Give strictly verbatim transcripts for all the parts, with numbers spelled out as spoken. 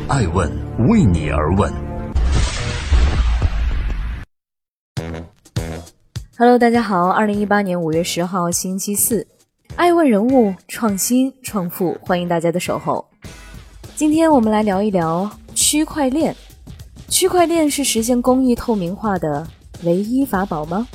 爱问为你而问。 Hello， 大家好，二零一八年五月十号星期四，爱问人物，创新创富，欢迎大家的守候。今天我们来聊一聊区块链。区块链是实现公益透明化的唯一法宝吗？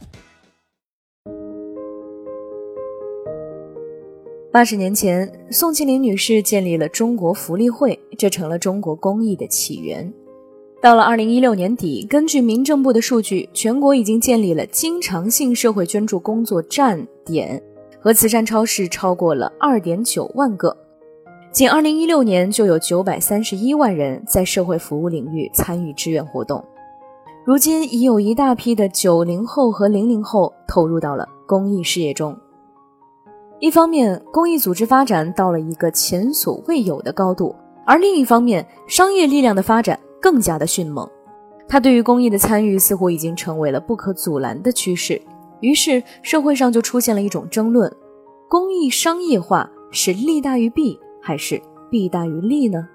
八十年前，宋庆龄女士建立了中国福利会，这成了中国公益的起源。到了二零一六年底，根据民政部的数据，全国已经建立了经常性社会捐助工作站点和慈善超市超过了 二点九万个。仅二零一六年就有九百三十一万人在社会服务领域参与志愿活动。如今已有一大批的九零后和零零后投入到了公益事业中。一方面，公益组织发展到了一个前所未有的高度，而另一方面，商业力量的发展更加的迅猛。它对于公益的参与似乎已经成为了不可阻拦的趋势。于是社会上就出现了一种争论：公益商业化是利大于弊，还是弊大于利呢？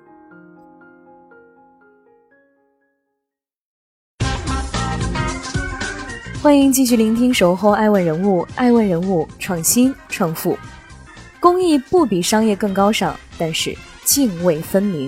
欢迎继续聆听守候爱问人物，爱问人物，创新创富。公益不比商业更高尚，但是泾渭分明。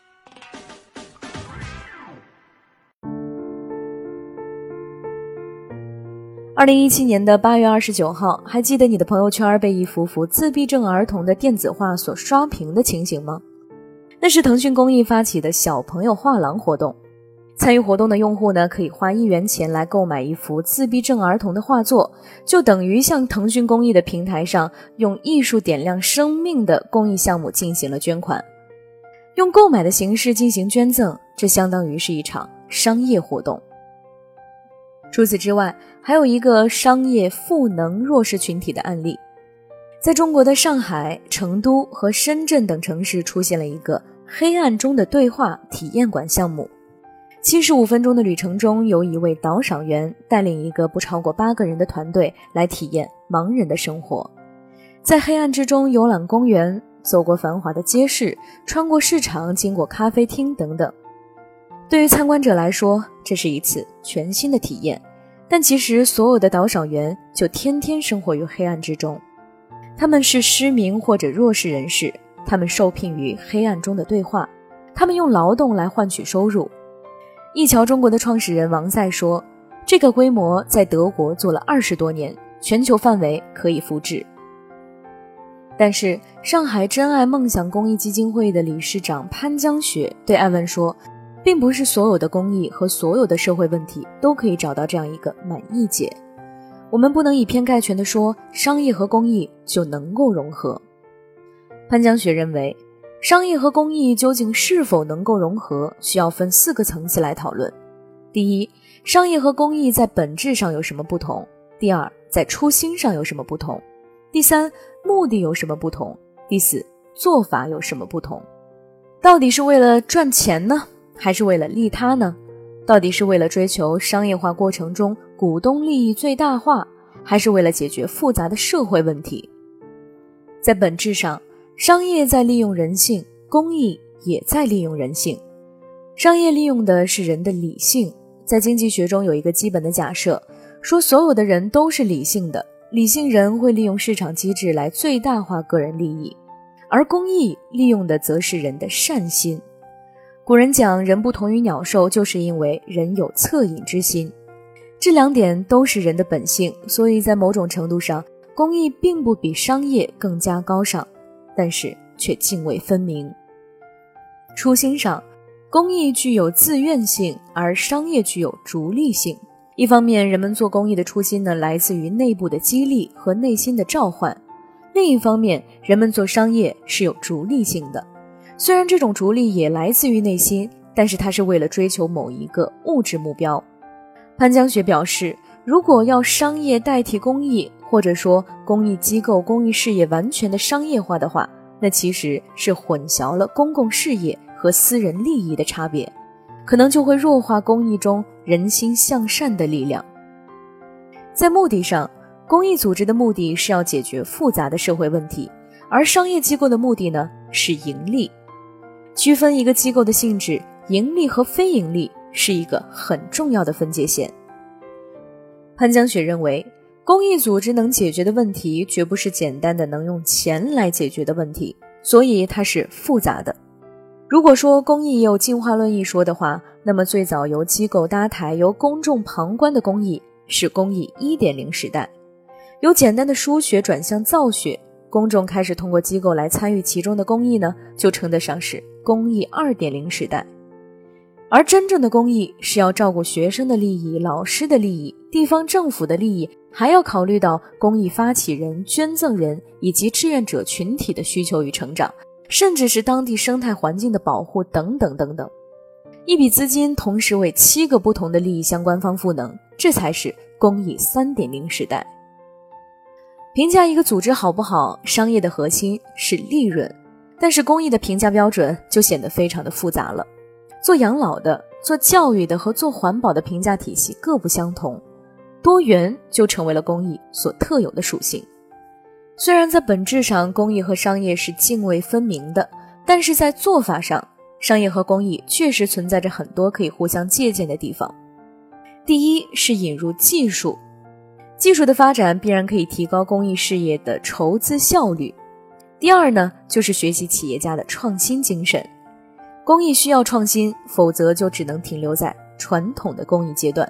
二零一七年的八月二十九号，还记得你的朋友圈被一幅幅自闭症儿童的电子画所刷屏的情形吗？那是腾讯公益发起的小朋友画廊活动。参与活动的用户呢，可以花一元钱来购买一幅自闭症儿童的画作，就等于向腾讯公益的平台上用艺术点亮生命的公益项目进行了捐款。用购买的形式进行捐赠，这相当于是一场商业活动。除此之外，还有一个商业赋能弱势群体的案例。在中国的上海、成都和深圳等城市出现了一个黑暗中的对话体验馆项目。七十五分钟的旅程中，由一位导赏员带领一个不超过八个人的团队来体验盲人的生活。在黑暗之中游览公园，走过繁华的街市，穿过市场，经过咖啡厅等等。对于参观者来说，这是一次全新的体验，但其实所有的导赏员就天天生活于黑暗之中。他们是失明或者弱势人士，他们受聘于黑暗中的对话，他们用劳动来换取收入。一桥中国的创始人王赛说，这个规模在德国做了二十多年，全球范围可以复制。但是上海真爱梦想公益基金会的理事长潘江雪对爱问说，并不是所有的公益和所有的社会问题都可以找到这样一个满意解。我们不能以偏概全地说商业和公益就能够融合。潘江雪认为，商业和公益究竟是否能够融合，需要分四个层次来讨论。第一，商业和公益在本质上有什么不同？第二，在初心上有什么不同？第三，目的有什么不同？第四，做法有什么不同？到底是为了赚钱呢，还是为了利他呢？到底是为了追求商业化过程中股东利益最大化，还是为了解决复杂的社会问题？在本质上，商业在利用人性，公益也在利用人性。商业利用的是人的理性，在经济学中有一个基本的假设，说所有的人都是理性的，理性人会利用市场机制来最大化个人利益，而公益利用的则是人的善心。古人讲人不同于鸟兽，就是因为人有恻隐之心。这两点都是人的本性，所以在某种程度上，公益并不比商业更加高尚，但是却泾渭分明。初心上，公益具有自愿性，而商业具有逐利性。一方面，人们做公益的初心呢，来自于内部的激励和内心的召唤；另一方面，人们做商业是有逐利性的。虽然这种逐利也来自于内心，但是它是为了追求某一个物质目标。潘江雪表示，如果要商业代替公益，或者说公益机构、公益事业完全的商业化的话，那其实是混淆了公共事业和私人利益的差别，可能就会弱化公益中人心向善的力量。在目的上，公益组织的目的是要解决复杂的社会问题，而商业机构的目的呢，是盈利。 区分一个机构的性质，盈利和非盈利是一个很重要的分界线。潘江雪认为，公益组织能解决的问题绝不是简单的能用钱来解决的问题，所以它是复杂的。如果说公益也有进化论一说的话，那么最早由机构搭台、由公众旁观的公益是公益 一点零 时代，由简单的书学转向造血，公众开始通过机构来参与其中的公益呢，就称得上是公益 二点零 时代。而真正的公益是要照顾学生的利益、老师的利益、地方政府的利益，还要考虑到公益发起人、捐赠人以及志愿者群体的需求与成长，甚至是当地生态环境的保护等等等等。一笔资金同时为七个不同的利益相关方赋能，这才是公益 三点零 时代。评价一个组织好不好，商业的核心是利润，但是公益的评价标准就显得非常的复杂了。做养老的、做教育的和做环保的评价体系各不相同，多元就成为了公益所特有的属性。虽然在本质上公益和商业是泾渭分明的，但是在做法上，商业和公益确实存在着很多可以互相借鉴的地方。第一是引入技术，技术的发展必然可以提高公益事业的筹资效率。第二呢，就是学习企业家的创新精神。公益需要创新，否则就只能停留在传统的公益阶段。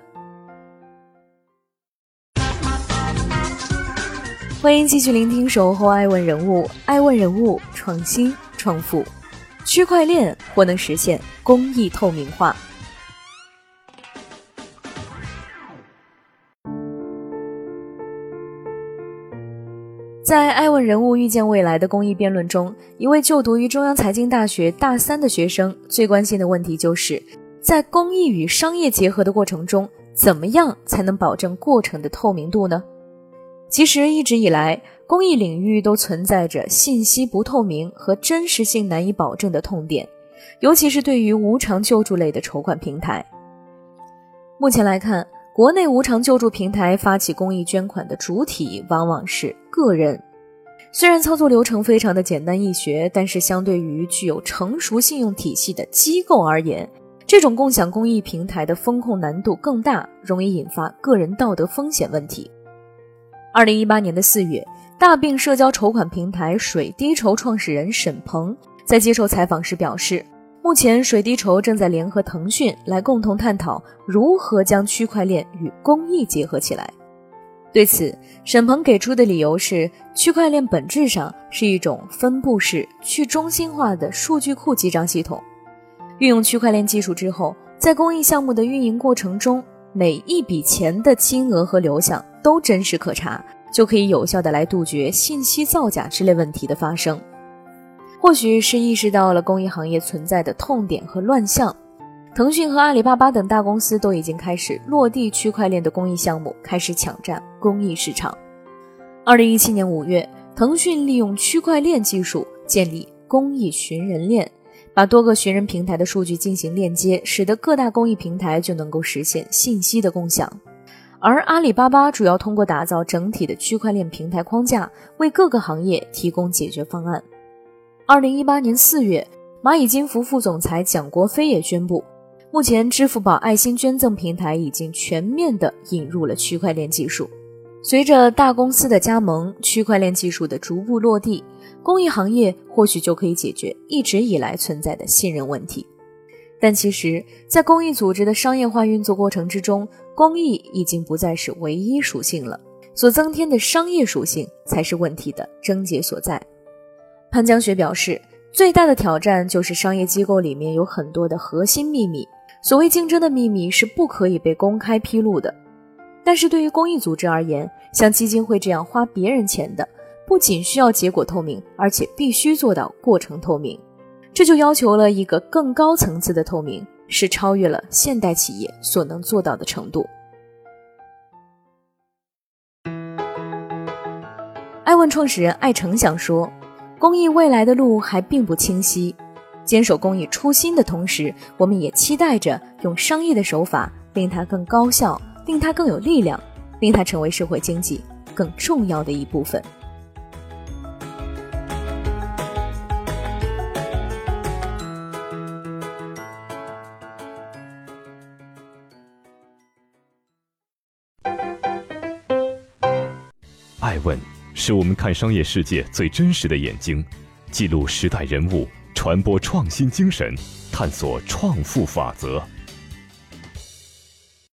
欢迎继续聆听守候爱问人物，爱问人物创新创富，区块链或能实现公益透明化。在爱问人物遇见未来的公益辩论中，一位就读于中央财经大学大三的学生最关心的问题就是，在公益与商业结合的过程中，怎么样才能保证过程的透明度呢？其实一直以来，公益领域都存在着信息不透明和真实性难以保证的痛点，尤其是对于无偿救助类的筹款平台。目前来看，国内无偿救助平台发起公益捐款的主体往往是个人，虽然操作流程非常的简单易学，但是相对于具有成熟信用体系的机构而言，这种共享公益平台的风控难度更大，容易引发个人道德风险问题。二零一八年的四月，大病社交筹款平台水滴筹创始人沈鹏在接受采访时表示，目前水滴筹正在联合腾讯来共同探讨如何将区块链与公益结合起来。对此，沈鹏给出的理由是，区块链本质上是一种分布式、去中心化的数据库记账系统。运用区块链技术之后，在公益项目的运营过程中，每一笔钱的金额和流向都真实可查，就可以有效地来杜绝信息造假之类问题的发生。或许是意识到了公益行业存在的痛点和乱象，腾讯和阿里巴巴等大公司都已经开始落地区块链的公益项目，开始抢占公益市场。二零一七年五月，腾讯利用区块链技术建立公益寻人链，把多个寻人平台的数据进行链接，使得各大公益平台就能够实现信息的共享。而阿里巴巴主要通过打造整体的区块链平台框架，为各个行业提供解决方案。二零一八年四月，蚂蚁金服副总裁蒋国飞也宣布，目前支付宝爱心捐赠平台已经全面地引入了区块链技术。随着大公司的加盟，区块链技术的逐步落地，公益行业或许就可以解决一直以来存在的信任问题。但其实，在公益组织的商业化运作过程之中，公益已经不再是唯一属性了，所增添的商业属性才是问题的症结所在。潘江雪表示，最大的挑战就是商业机构里面有很多的核心秘密，所谓竞争的秘密是不可以被公开披露的。但是对于公益组织而言，像基金会这样花别人钱的，不仅需要结果透明，而且必须做到过程透明。这就要求了一个更高层次的透明，是超越了现代企业所能做到的程度。爱问创始人艾成想说，公益未来的路还并不清晰，坚守公益初心的同时，我们也期待着用商业的手法令它更高效，令它更有力量，令它成为社会经济更重要的一部分。 爱问是我们看商业世界最真实的眼睛，记录时代人物，传播创新精神，探索创富法则。